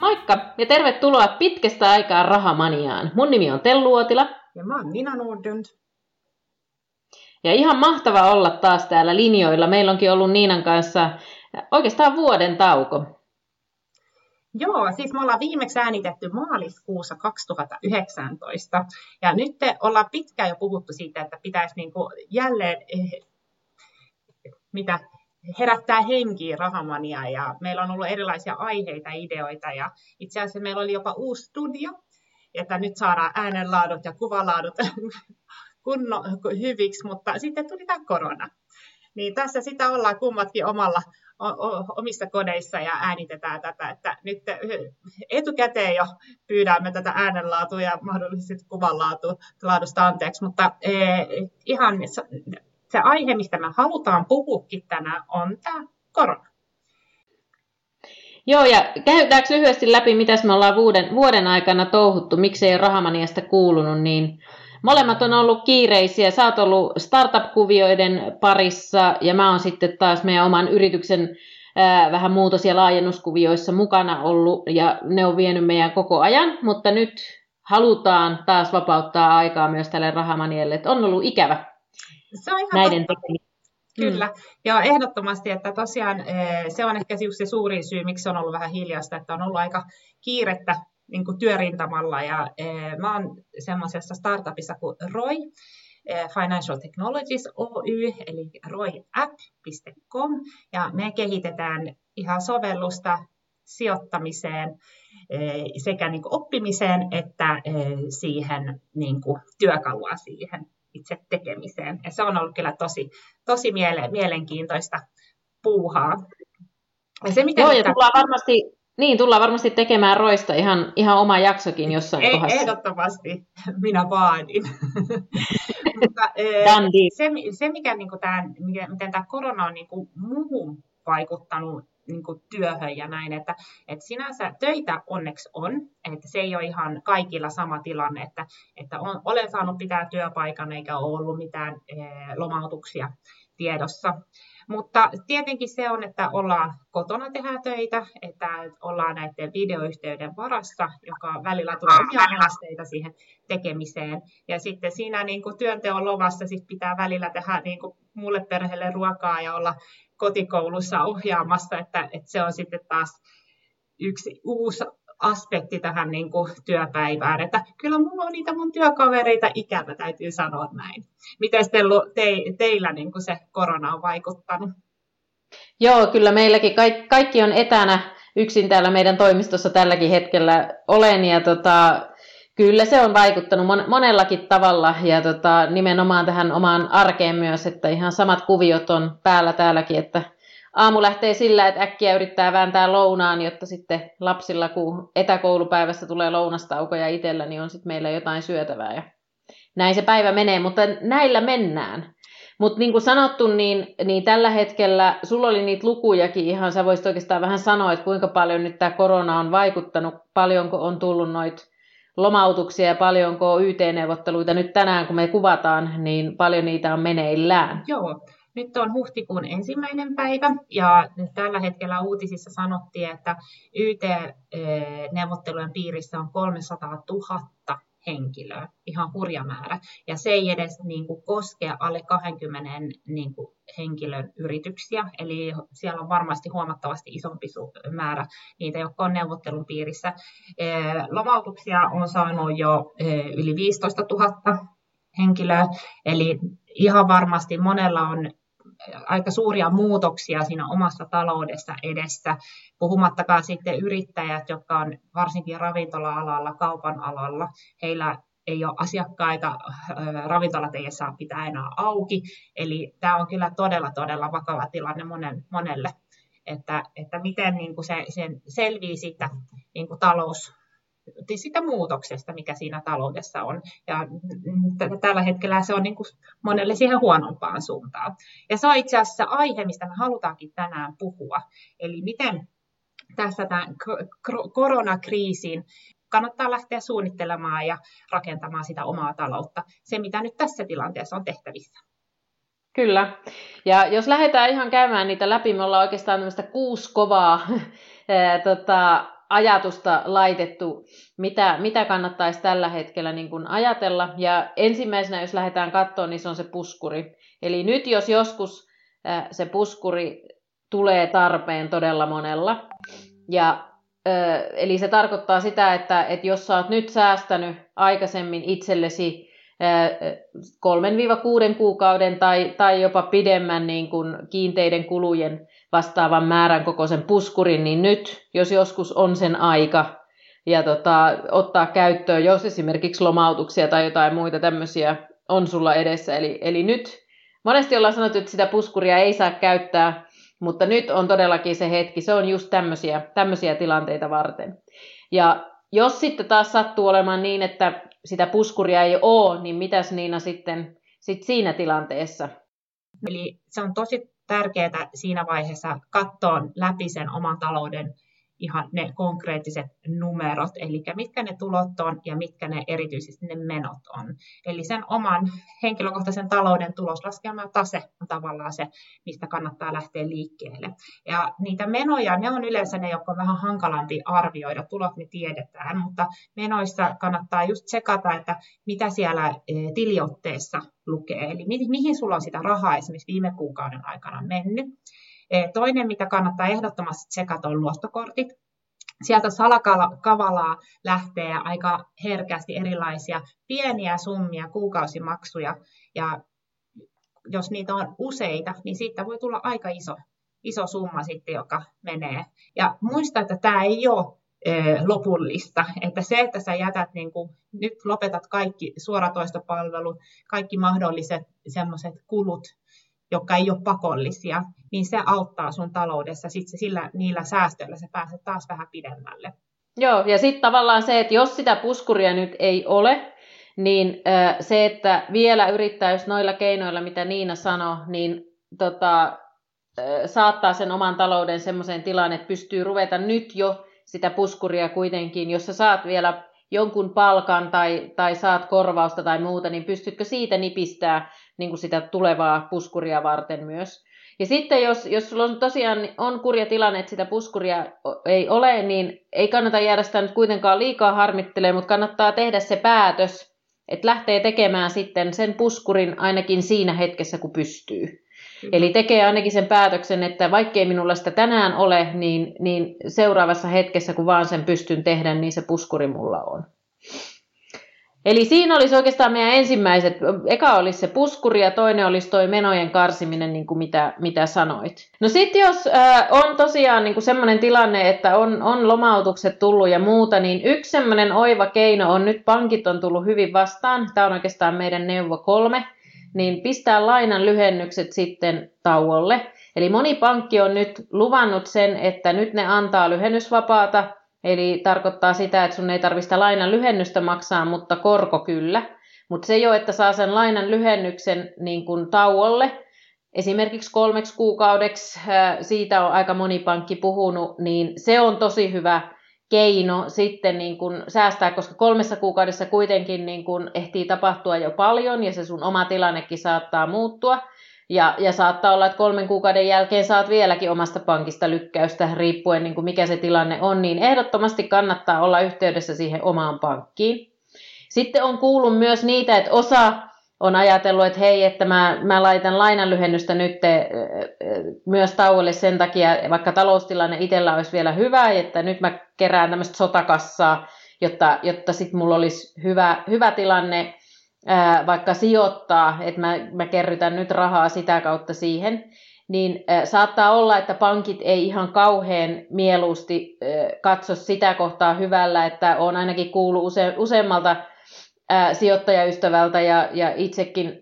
Moikka ja tervetuloa pitkästä aikaa Rahamaniaan. Mun nimi on Tellu Uotila. Ja mä oon Nina Nordlund. Ja ihan mahtava olla taas täällä linjoilla. Meillä onkin ollut Niinan kanssa oikeastaan vuoden tauko. Joo, siis me ollaan viimeksi äänitetty maaliskuussa 2019. Ja nyt ollaan pitkään jo puhuttu siitä, että pitäisi niinku jälleen herättää henkiin Rahamaniaa. Ja meillä on ollut erilaisia aiheita, ideoita. Ja itse asiassa meillä oli jopa uusi studio, että nyt saadaan äänenlaadut ja kuvalaadut hyviksi, mutta sitten tuli tämä korona. Niin tässä sitä ollaan kummatkin omissa kodeissa ja äänitetään tätä, että nyt etukäteen jo pyydämme tätä äänenlaatua ja mahdollisesti kuvanlaadusta anteeksi, mutta ihan se aihe, mistä me halutaan puhuakin tänään, on tämä korona. Joo, ja käydäänkö lyhyesti läpi, mitä me ollaan vuoden aikana touhuttu, miksei ole Rahamaniasta kuulunut, niin molemmat on ollut kiireisiä. Sä oot ollut startup-kuvioiden parissa ja mä oon sitten taas meidän oman yrityksen vähän muutos- ja laajennuskuvioissa mukana ollut ja ne on vienyt meidän koko ajan, mutta nyt halutaan taas vapauttaa aikaa myös tälle Rahamanialle, että on ollut ikävä se on ihan näiden tekemistä. Kyllä, ja ehdottomasti, että tosiaan se on ehkä just se suurin syy, miksi se on ollut vähän hiljasta, että on ollut aika kiirettä niin kuin työrintamalla, ja mä oon semmoisessa startupissa kuin ROI, Financial Technologies Oy, eli roiapp.com, ja me kehitetään ihan sovellusta sijoittamiseen sekä niin kuin oppimiseen, että siihen niin kuin työkalua siihen itse tekemiseen. Ja se on ollut kyllä tosi mielenkiintoista puuhaa. Ja se, mitä tullaan varmasti tekemään Roista ihan oma jaksokin jossain kohdassa. Ehdottomasti minä vaadin. Mutta, se mikä, niin kuin miten tämä korona on niin kuin muuhun vaikuttanut niin kuin työhön ja näin, että sinänsä töitä onneksi on, että se ei ole ihan kaikilla sama tilanne, että olen saanut pitää työpaikan eikä ole ollut mitään lomautuksia tiedossa. Mutta tietenkin se on, että ollaan kotona tehdään töitä, että ollaan näiden videoyhteyden varassa, joka välillä tulee omia haasteita siihen tekemiseen. Ja sitten siinä niin kuin työnteon lomassa sit pitää välillä tehdä niin kuin mulle perheelle ruokaa ja olla kotikoulussa ohjaamassa, että se on sitten taas yksi uusi aspekti tähän niin kuin työpäivään. Että kyllä mulla on niitä mun työkavereita ikävä, täytyy sanoa näin. Miten teillä niin kuin se korona on vaikuttanut? Joo, kyllä meilläkin kaikki on etänä. Yksin täällä meidän toimistossa tälläkin hetkellä olen. Ja kyllä se on vaikuttanut monellakin tavalla ja nimenomaan tähän omaan arkeen myös, että ihan samat kuviot on päällä täälläkin, että aamu lähtee sillä, että äkkiä yrittää vääntää lounaan, jotta sitten lapsilla, kun etäkoulupäivästä tulee lounastauko ja itsellä, niin on sitten meillä jotain syötävää. Ja näin se päivä menee, mutta näillä mennään. Mutta niin kuin sanottu, niin tällä hetkellä, sulla oli niitä lukujakin ihan, sä voisit oikeastaan vähän sanoa, että kuinka paljon nyt tämä korona on vaikuttanut, paljonko on tullut noita lomautuksia ja paljonko YT-neuvotteluita nyt tänään, kun me kuvataan, niin paljon niitä on meneillään. Joo. Nyt on huhtikuun 1. päivä ja tällä hetkellä uutisissa sanottiin, että YT-neuvottelujen piirissä on 300 000 henkilöä, ihan hurja määrä. Ja se ei edes niin kuin, koske alle 20 niin kuin, henkilön yrityksiä, eli siellä on varmasti huomattavasti isompi määrä niitä, jotka on neuvottelun piirissä. Lomautuksia on saanut jo yli 15 000 henkilöä, eli ihan varmasti monella on aika suuria muutoksia siinä omassa taloudessa edessä, puhumattakaan sitten yrittäjät, jotka on varsinkin ravintola-alalla, kaupan alalla, heillä ei ole asiakkaita, ravintolat ei saa pitää enää auki, eli tämä on kyllä todella vakava tilanne monelle, että miten niin kuin se selviää siitä niin kuin siitä muutoksesta, mikä siinä taloudessa on. Ja tällä hetkellä se on niin kuin monelle siihen huonompaan suuntaan. Ja se on itse asiassa aihe, mistä me halutaankin tänään puhua. Eli miten tässä tämän koronakriisiin kannattaa lähteä suunnittelemaan ja rakentamaan sitä omaa taloutta. Se, mitä nyt tässä tilanteessa on tehtävissä. Kyllä. Ja jos lähdetään ihan käymään niitä läpi, me ollaan oikeastaan tämmöistä 6 kovaa ajatusta laitettu, mitä kannattaisi tällä hetkellä niin kuin ajatella. Ja ensimmäisenä, jos lähdetään katsomaan, niin se on se puskuri. Eli nyt jos joskus se puskuri tulee tarpeen todella monella. Eli se tarkoittaa sitä, että jos sä oot nyt säästänyt aikaisemmin itsellesi 3-6 kuukauden tai jopa pidemmän niin kuin kiinteiden kulujen vastaavan määrän kokoisen puskurin, niin nyt, jos joskus on sen aika ja ottaa käyttöön, jos esimerkiksi lomautuksia tai jotain muita tämmöisiä on sulla edessä. Eli nyt monesti ollaan sanottu, että sitä puskuria ei saa käyttää, mutta nyt on todellakin se hetki. Se on just tämmöisiä tilanteita varten. Ja jos sitten taas sattuu olemaan niin, että sitä puskuria ei ole, niin mitäs Niina sitten siinä tilanteessa? Eli se on tosi tärkeää siinä vaiheessa katsoa läpi sen oman talouden ihan ne konkreettiset numerot, eli mitkä ne tulot on ja mitkä ne erityisesti ne menot on. Eli sen oman henkilökohtaisen talouden tuloslaskelma ja tase on tavallaan se, mistä kannattaa lähteä liikkeelle. Ja niitä menoja, ne on yleensä ne, jotka on vähän hankalampi arvioida. Tulot me tiedetään, mutta menoissa kannattaa just tsekata, että mitä siellä tiliotteessa lukee. Eli mihin sulla on sitä rahaa esimerkiksi viime kuukauden aikana mennyt. Toinen, mitä kannattaa ehdottomasti tsekata, on luottokortit. Sieltä salakavalaa lähtee aika herkästi erilaisia pieniä summia, kuukausimaksuja. Ja jos niitä on useita, niin siitä voi tulla aika iso summa sitten, joka menee. Ja muista, että tämä ei ole lopullista. Että se, että sä jätät, nyt lopetat kaikki suoratoistopalvelut, kaikki mahdolliset semmoiset kulut, jotka ei ole pakollisia, niin se auttaa sun taloudessa. Sitten niillä säästöillä sä pääset taas vähän pidemmälle. Joo, ja sitten tavallaan se, että jos sitä puskuria nyt ei ole, niin se, että vielä yrittää just noilla keinoilla, mitä Niina sanoi, niin saattaa sen oman talouden semmoiseen tilaan, että pystyy ruveta nyt jo sitä puskuria kuitenkin, jos sä saat vielä jonkun palkan tai saat korvausta tai muuta, niin pystytkö siitä nipistää niin kuin sitä tulevaa puskuria varten myös. Ja sitten jos sulla on tosiaan on kurja tilanne, että sitä puskuria ei ole, niin ei kannata jäädä sitä nyt kuitenkaan liikaa harmittelemaan, mutta kannattaa tehdä se päätös, että lähtee tekemään sitten sen puskurin ainakin siinä hetkessä, kun pystyy. Eli tekee ainakin sen päätöksen, että vaikkei minulla sitä tänään ole, niin seuraavassa hetkessä, kun vaan sen pystyn tehdä, niin se puskuri mulla on. Eli siinä olisi oikeastaan meidän ensimmäiset. Eka olisi se puskuri ja toinen olisi toi menojen karsiminen, niin kuin mitä sanoit. No sitten jos on tosiaan niin kuin semmoinen tilanne, että on lomautukset tullut ja muuta, niin yksi semmoinen oiva keino on nyt, pankit on tullut hyvin vastaan. Tämä on oikeastaan meidän neuvo 3. Niin pistää lainan lyhennykset sitten tauolle. Eli moni pankki on nyt luvannut sen, että nyt ne antaa lyhennysvapaata, eli tarkoittaa sitä, että sun ei tarvitse lainan lyhennystä maksaa, mutta korko kyllä. Mutta se ei ole, että saa sen lainan lyhennyksen niin kuin tauolle, esimerkiksi 3 kuukaudeksi, siitä on aika moni pankki puhunut, niin se on tosi hyvä keino sitten niin kun säästää, koska 3 kuukaudessa kuitenkin niin kun ehtii tapahtua jo paljon ja se sun oma tilannekin saattaa muuttua. Ja saattaa olla, että 3 kuukauden jälkeen saat vieläkin omasta pankista lykkäystä, riippuen niin kuin mikä se tilanne on, niin ehdottomasti kannattaa olla yhteydessä siihen omaan pankkiin. Sitten on kuullut myös niitä, että osa on ajatellut, että hei, että mä laitan lainanlyhennystä nyt myös tauolle sen takia, vaikka taloustilanne itsellä olisi vielä hyvä, että nyt mä kerään tämmöistä sotakassaa, jotta sitten mulla olisi hyvä tilanne vaikka sijoittaa, että mä kerrytän nyt rahaa sitä kautta siihen, niin saattaa olla, että pankit ei ihan kauhean mieluusti katso sitä kohtaa hyvällä, että olen ainakin kuullut useammalta sijoittajaystävältä ja itsekin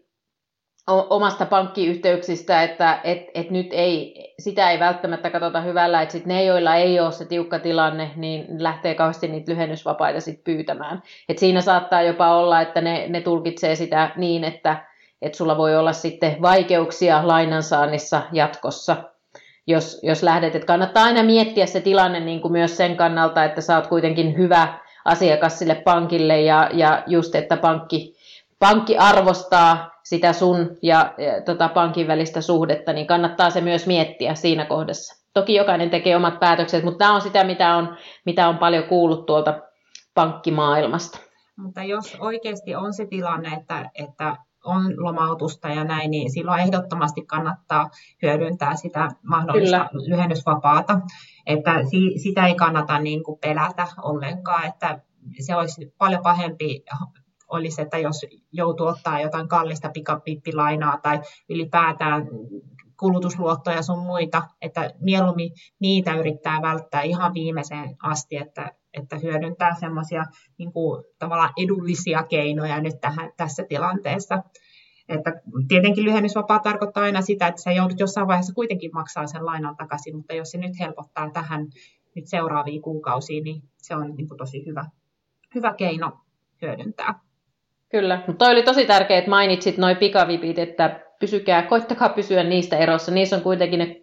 omasta pankkiyhteyksistä, että nyt sitä ei välttämättä katsota hyvällä, että sit ne, joilla ei ole se tiukka tilanne, niin lähtee kauheasti niitä lyhennysvapaita sit pyytämään. Et siinä saattaa jopa olla, että ne tulkitsee sitä niin, että sulla voi olla sitten vaikeuksia lainansaannissa jatkossa, jos lähdet. Et kannattaa aina miettiä se tilanne niin kuin myös sen kannalta, että sä oot kuitenkin hyvä asiakas sille pankille ja just, että pankki arvostaa sitä sun ja pankin välistä suhdetta, niin kannattaa se myös miettiä siinä kohdassa. Toki jokainen tekee omat päätökset, mutta tämä on sitä, mitä on paljon kuullut tuolta pankkimaailmasta. Mutta jos oikeasti on se tilanne, että on lomautusta ja näin, niin silloin ehdottomasti kannattaa hyödyntää sitä mahdollista lyhennysvapaata. Että sitä ei kannata niin kuin pelätä ollenkaan, että se olisi paljon pahempi olisi, että jos joutuu ottaa jotain kallista pikapippilainaa tai ylipäätään kulutusluottoja sun muita, että mieluummin niitä yrittää välttää ihan viimeiseen asti, että hyödyntää semmoisia niin kuin tavallaan edullisia keinoja nyt tässä tilanteessa. Että tietenkin lyhennysvapaa tarkoittaa aina sitä, että sä joudut jossain vaiheessa kuitenkin maksaa sen lainan takaisin, mutta jos se nyt helpottaa tähän nyt seuraaviin kuukausiin, niin se on niin kuin tosi hyvä keino hyödyntää. Kyllä, mutta toi oli tosi tärkeää, että mainitsit noi pikavipit, että koittakaa pysyä niistä erossa. Niissä on kuitenkin ne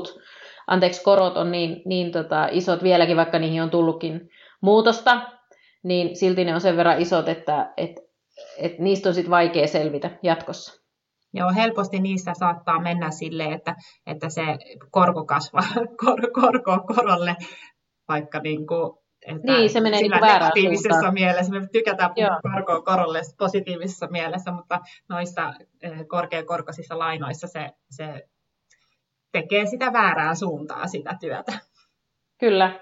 korot on niin isot vieläkin, vaikka niihin on tullutkin muutosta, niin silti ne on sen verran isot, että niistä on sitten vaikea selvitä jatkossa. Joo, helposti niissä saattaa mennä silleen, että se korko kasvaa korolle, vaikka niin, se menee niin negatiivisessa mielessä. Me tykätään puhua korolle positiivisessa mielessä, mutta noissa korkeakorkoisissa lainoissa se tekee sitä väärää suuntaa, sitä työtä. Kyllä.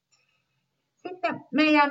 Sitten meidän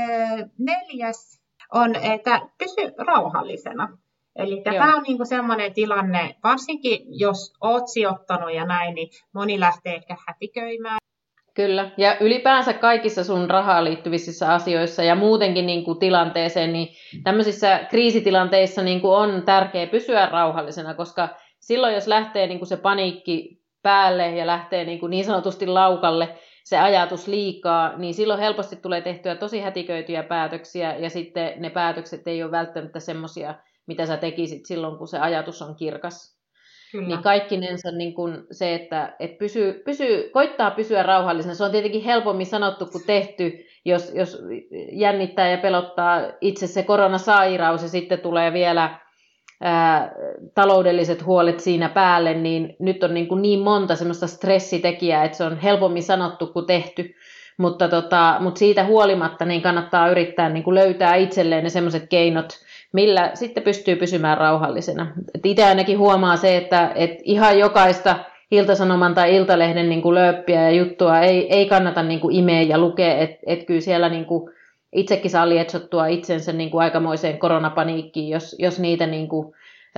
4. on, että pysy rauhallisena. Eli tämä on niinku semmoinen tilanne, varsinkin jos olet sijoittanut ja näin, niin moni lähtee ehkä hätiköimään. Kyllä, ja ylipäänsä kaikissa sun rahaan liittyvissä asioissa ja muutenkin niin kuin tilanteeseen, niin tämmöisissä kriisitilanteissa niin kuin on tärkeää pysyä rauhallisena, koska silloin jos lähtee niin kuin se paniikki päälle ja lähtee niin sanotusti laukalle se ajatus liikaa, niin silloin helposti tulee tehtyä tosi hätiköityjä päätöksiä ja sitten ne päätökset ei ole välttämättä semmoisia, mitä sä tekisit silloin, kun se ajatus on kirkas. Kyllä. Niin kaikkinensa niin kun se, että koittaa pysyä rauhallisena. Se on tietenkin helpommin sanottu kuin tehty, jos jännittää ja pelottaa itse se koronasairaus ja sitten tulee vielä taloudelliset huolet siinä päälle, niin nyt on niin monta semmoista stressitekijää, että se on helpommin sanottu kuin tehty. Mutta siitä huolimatta niin kannattaa yrittää niin kuin löytää itselleen ne semmoiset keinot, millä sitten pystyy pysymään rauhallisena. Itse ainakin huomaa se, että ihan jokaista Ilta-Sanoman tai Iltalehden niin kuin lööppiä ja juttua ei kannata niin kuin imeä ja lukea, että kyllä siellä niin kuin itsekin saa lietsottua itsensä niin kuin aikamoiseen koronapaniikkiin, jos niitä niin kuin,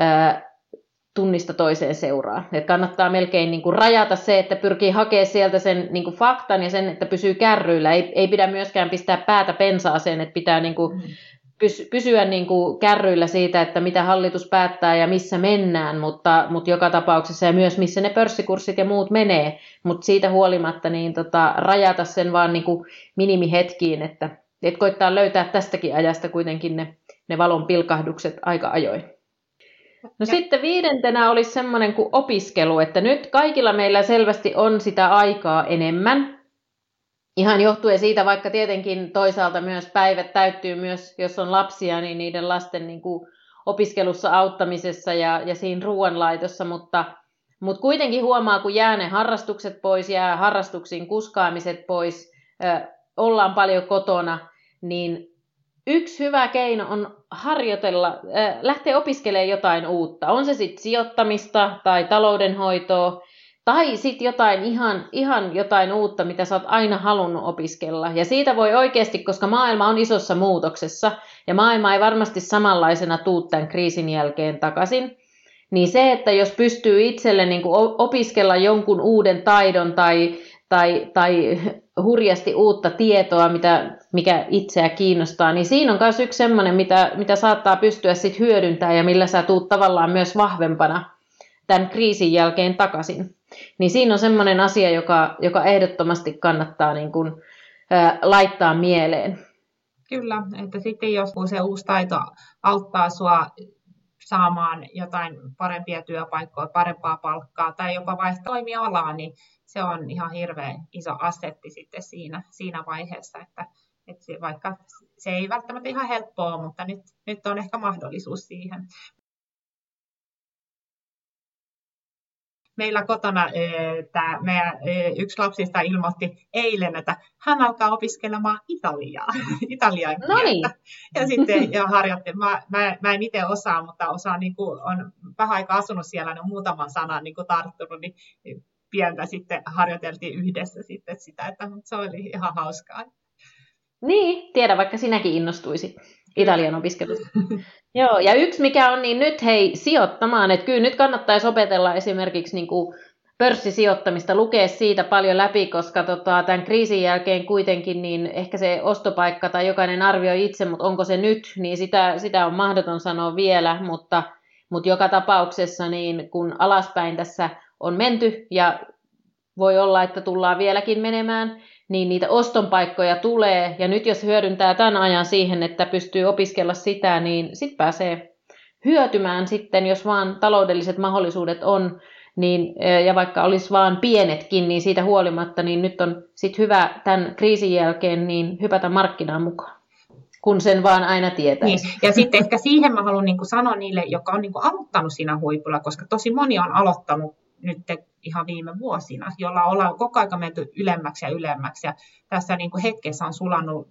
tunnista toiseen seuraa. Et kannattaa melkein niin kuin rajata se, että pyrkii hakemaan sieltä sen niin kuin faktan ja sen, että pysyy kärryillä. Ei pidä myöskään pistää päätä pensaaseen, että pitää niin kuin pysyä niin kuin kärryillä siitä, että mitä hallitus päättää ja missä mennään, mutta joka tapauksessa ja myös missä ne pörssikurssit ja muut menee, mutta siitä huolimatta niin rajata sen vaan niin kuin minimihetkiin, että koittaa löytää tästäkin ajasta kuitenkin ne valon pilkahdukset aika ajoin. No sitten 5. olisi semmoinen kuin opiskelu, että nyt kaikilla meillä selvästi on sitä aikaa enemmän. Ihan johtuen siitä, vaikka tietenkin toisaalta myös päivät täyttyy myös, jos on lapsia, niin niiden lasten niin kuin opiskelussa auttamisessa ja siinä ruoanlaitossa, mutta kuitenkin huomaa, kun jää ne harrastukset pois, jää harrastuksiin kuskaamiset pois, ollaan paljon kotona, niin yksi hyvä keino on harjoitella, lähteä opiskelemaan jotain uutta. On se sitten sijoittamista tai taloudenhoitoa, tai sitten jotain ihan jotain uutta, mitä sä oot aina halunnut opiskella. Ja siitä voi oikeasti, koska maailma on isossa muutoksessa, ja maailma ei varmasti samanlaisena tuu tämän kriisin jälkeen takaisin, niin se, että jos pystyy itselle niin kuin opiskella jonkun uuden taidon tai hurjasti uutta tietoa, mikä itseä kiinnostaa, niin siinä on myös yksi semmoinen, mitä saattaa pystyä sit hyödyntämään ja millä sä tuut tavallaan myös vahvempana tämän kriisin jälkeen takaisin. Niin siinä on semmoinen asia, joka ehdottomasti kannattaa niin kuin, laittaa mieleen. Kyllä, että sitten jos se uusi taito auttaa sua saamaan jotain parempia työpaikkoja, parempaa palkkaa tai jopa vaihtaa toimialaa, niin se on ihan hirveän iso assetti sitten siinä vaiheessa, että vaikka se ei välttämättä ihan helppoa, mutta nyt on ehkä mahdollisuus siihen. meillä kotona meidän yksi lapsista ilmoitti eilen, että hän alkaa opiskelemaan italian kieltä. Ja sitten harjoittelin. Mä en itse osaa, mutta osaan, niin kuin, on vähän aikaa asunut siellä, niin muutaman sanan niin kuin tarttunut, niin pientä sitten harjoiteltiin yhdessä sitten sitä, että se oli ihan hauskaa. Niin, tiedä, vaikka sinäkin innostuisi Italian opiskelusta. Joo, ja yksi mikä on, niin nyt hei sijoittamaan, että kyllä nyt kannattaisi opetella esimerkiksi niin kuin pörssisijoittamista, lukea siitä paljon läpi, koska tämän kriisin jälkeen kuitenkin niin ehkä se ostopaikka tai jokainen arvioi itse, mutta onko se nyt, niin sitä on mahdoton sanoa vielä, mutta joka tapauksessa niin kun alaspäin tässä on menty ja voi olla, että tullaan vieläkin menemään, niin niitä ostonpaikkoja tulee, ja nyt jos hyödyntää tämän ajan siihen, että pystyy opiskella sitä, niin sitten pääsee hyötymään sitten, jos vaan taloudelliset mahdollisuudet on, niin, ja vaikka olisi vaan pienetkin, niin siitä huolimatta, niin nyt on sitten hyvä tämän kriisin jälkeen niin hypätä markkinaan mukaan, kun sen vaan aina tietäisi. Niin. Ja sitten ehkä siihen mä haluan niin kuin sanoa niille, jotka on niin kuin aloittanut siinä huipulla, koska tosi moni on aloittanut nyt ihan viime vuosina, jolla ollaan koko ajan menty ylemmäksi ja ylemmäksi. Ja tässä niin kuin hetkessä on sulannut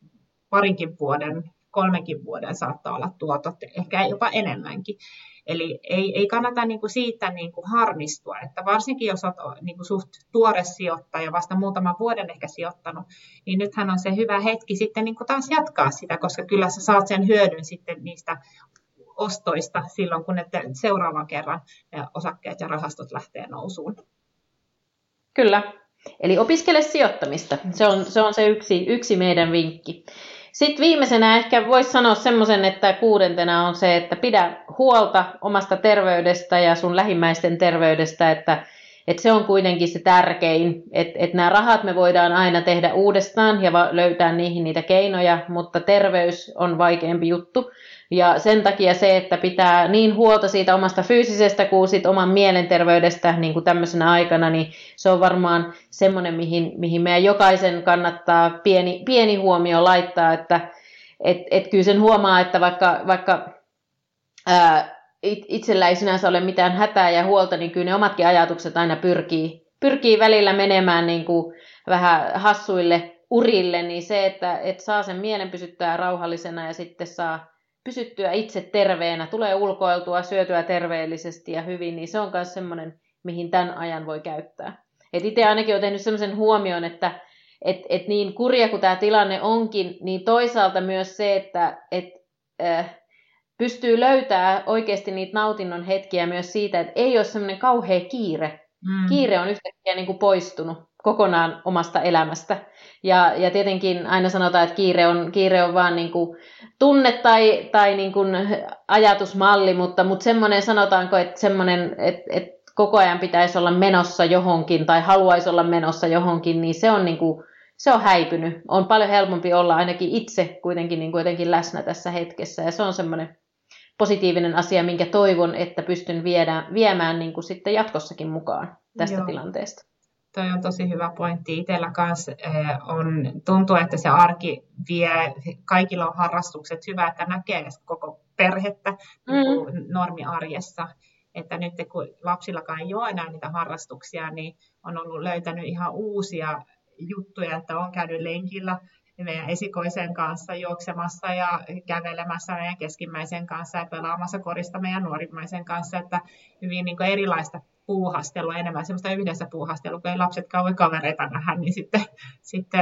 3 vuoden saattaa olla tuotot, ehkä jopa enemmänkin. Eli ei kannata niin kuin siitä niin kuin harmistua, että varsinkin jos olet niin kuin suht tuore sijoittaja, vasta muutaman vuoden ehkä sijoittanut, niin nythän on se hyvä hetki sitten niin kuin taas jatkaa sitä, koska kyllä sä saat sen hyödyn sitten niistä ostoista silloin, kun seuraavan kerran osakkeet ja rahastot lähtee nousuun. Kyllä. Eli opiskele sijoittamista. Se on se yksi meidän vinkki. Sitten viimeisenä ehkä voisi sanoa semmoisen, että 6. on se, että pidä huolta omasta terveydestä ja sun lähimmäisten terveydestä, että se on kuitenkin se tärkein, että nämä rahat me voidaan aina tehdä uudestaan ja löytää niihin niitä keinoja, mutta terveys on vaikeampi juttu. Ja sen takia se, että pitää niin huolta siitä omasta fyysisestä kuin siitä oman mielenterveydestä niin kuin tämmöisenä aikana, niin se on varmaan semmoinen, mihin meidän jokaisen kannattaa pieni huomio laittaa, että kyllä sen huomaa, että vaikka itsellä ei sinänsä ole mitään hätää ja huolta, niin kyllä ne omatkin ajatukset aina pyrkii välillä menemään niin kuin vähän hassuille urille, niin se, että saa sen mielen pysyttää rauhallisena ja sitten saa pysyttyä itse terveenä, tulee ulkoiltua, syötyä terveellisesti ja hyvin, niin se on myös semmoinen, mihin tämän ajan voi käyttää. Itse ainakin olen tehnyt semmoisen huomion, että niin kurja kuin tämä tilanne onkin, niin toisaalta myös se, että pystyy löytämään oikeasti niitä nautinnon hetkiä myös siitä, että ei ole semmoinen kauhea kiire. Kiire on yhtäkkiä niin kuin poistunut kokonaan omasta elämästä. Ja tietenkin aina sanotaan, että kiire on vaan niin kuin tunne tai niin kuin ajatusmalli, mutta semmoinen sanotaanko, että semmoinen, että koko ajan pitäisi olla menossa johonkin tai haluaisi olla menossa johonkin, niin se on niin kuin, se on häipynyt. On paljon helpompi olla ainakin itse kuitenkin niin kuin jotenkin läsnä tässä hetkessä ja se on semmoinen positiivinen asia, minkä toivon, että pystyn viemään niin kuin sitten jatkossakin mukaan tästä tilanteesta. Toi on tosi hyvä pointti. Itsellä kanssa tuntuu, että se arki vie, kaikilla on harrastukset, hyvä, että näkee koko perhettä normiarjessa. Että nyt kun lapsillakaan ei ole enää niitä harrastuksia, niin on ollut löytänyt ihan uusia juttuja, että on käynyt lenkillä meidän esikoisen kanssa juoksemassa ja kävelemässä meidän keskimmäisen kanssa ja pelaamassa korista meidän nuorimmaisen kanssa, että hyvin niin kuin erilaista puuhastelua, enemmän semmoista yhdessä puuhastelua, kun ei lapset kauan kavereita nähdä, niin sitten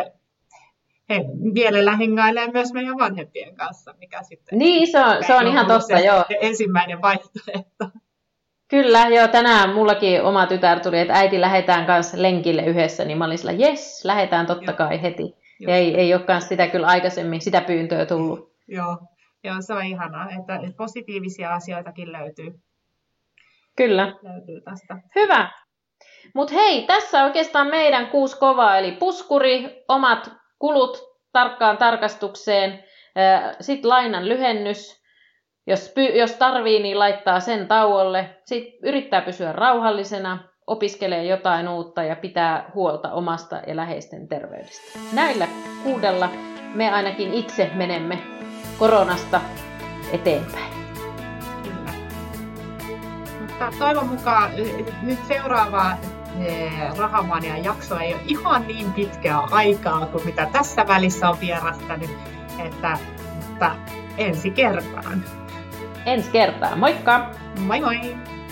he mielellä hengailee myös meidän vanhempien kanssa, mikä sitten... Niin, se on ihan totta, joo. Ensimmäinen vaihtoehto. Kyllä, joo, tänään mullakin oma tytär tuli, että äiti lähdetään kanssa lenkille yhdessä, niin mä olin sillä, jes, lähdetään totta kai heti. Ja ei olekaan sitä kyllä aikaisemmin, sitä pyyntöä tullut. Joo, se on ihanaa, että positiivisia asioitakin löytyy. Kyllä. Löytyy tästä. Hyvä. Mutta hei, tässä oikeastaan meidän 6 kovaa, eli puskuri, omat kulut tarkkaan tarkastukseen, sitten lainan lyhennys, jos tarvii, niin laittaa sen tauolle, sitten yrittää pysyä rauhallisena, opiskelee jotain uutta ja pitää huolta omasta ja läheisten terveydestä. Näillä 6 me ainakin itse menemme koronasta eteenpäin. toivon mukaan nyt seuraava Rahamanian jakso ei ole ihan niin pitkää aikaa kuin mitä tässä välissä on vierastanut, että ensi kertaan. Ensi kertaa, moikka! Moi moi!